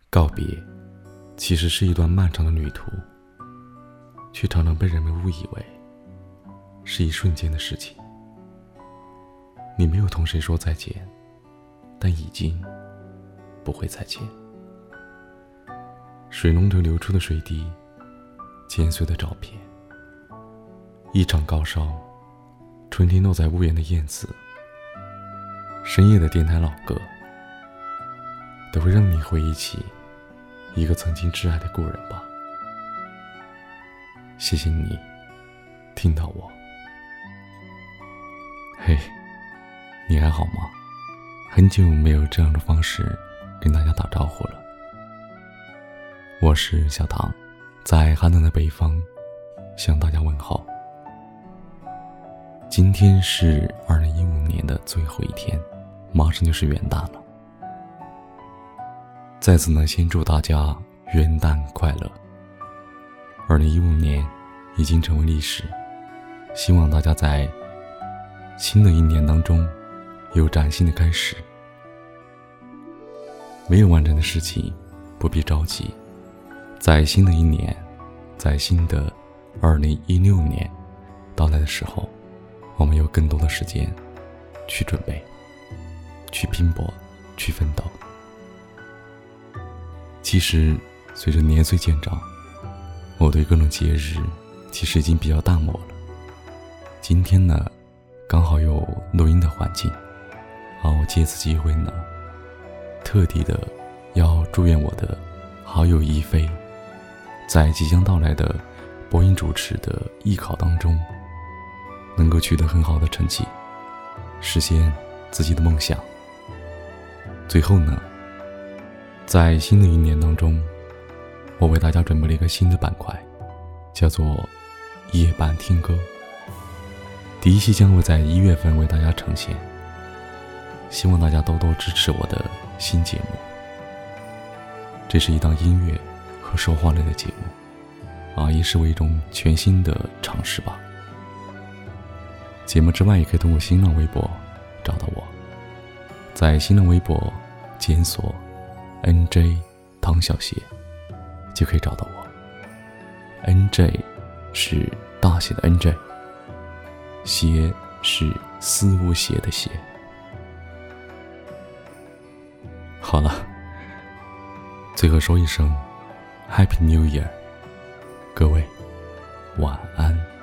告别其实是一段漫长的旅途，却常常被人们误以为是一瞬间的事情。你没有同谁说再见，但已经不会再见。水龙头流出的水滴，剪碎的照片，一场高烧，春天落在屋檐的燕子，深夜的电台老歌，都会让你回忆起一个曾经挚爱的故人吧。谢谢你听到我。嘿，你还好吗？很久没有这样的方式跟大家打招呼了。我是小唐，在寒冷的北方向大家问好。今天是2015年的最后一天，马上就是元旦了。在此呢，先祝大家元旦快乐。2015年已经成为历史，希望大家在新的一年当中有崭新的开始。没有完成的事情不必着急，在新的一年，在新的2016年到来的时候，我们有更多的时间去准备，去拼搏，去奋斗。其实随着年岁渐长，我对各种节日其实已经比较淡漠了。今天呢，刚好有录音的环境，我借此机会呢，特地的要祝愿我的好友一菲，在即将到来的播音主持的艺考当中，能够取得很好的成绩，实现自己的梦想。最后呢，在新的一年当中，我为大家准备了一个新的板块，叫做夜半听歌。第一期将会在1月份为大家呈现，希望大家多多支持我的新节目。这是一档音乐和说话类的节目，也是为一种全新的尝试吧。节目之外，也可以通过新浪微博找到我，在新浪微博检索 NJ 唐小鞋就可以找到我。 NJ 是大写的 NJ， 鞋是丝无鞋的鞋。好了，最后说一声 Happy New Year， 各位晚安。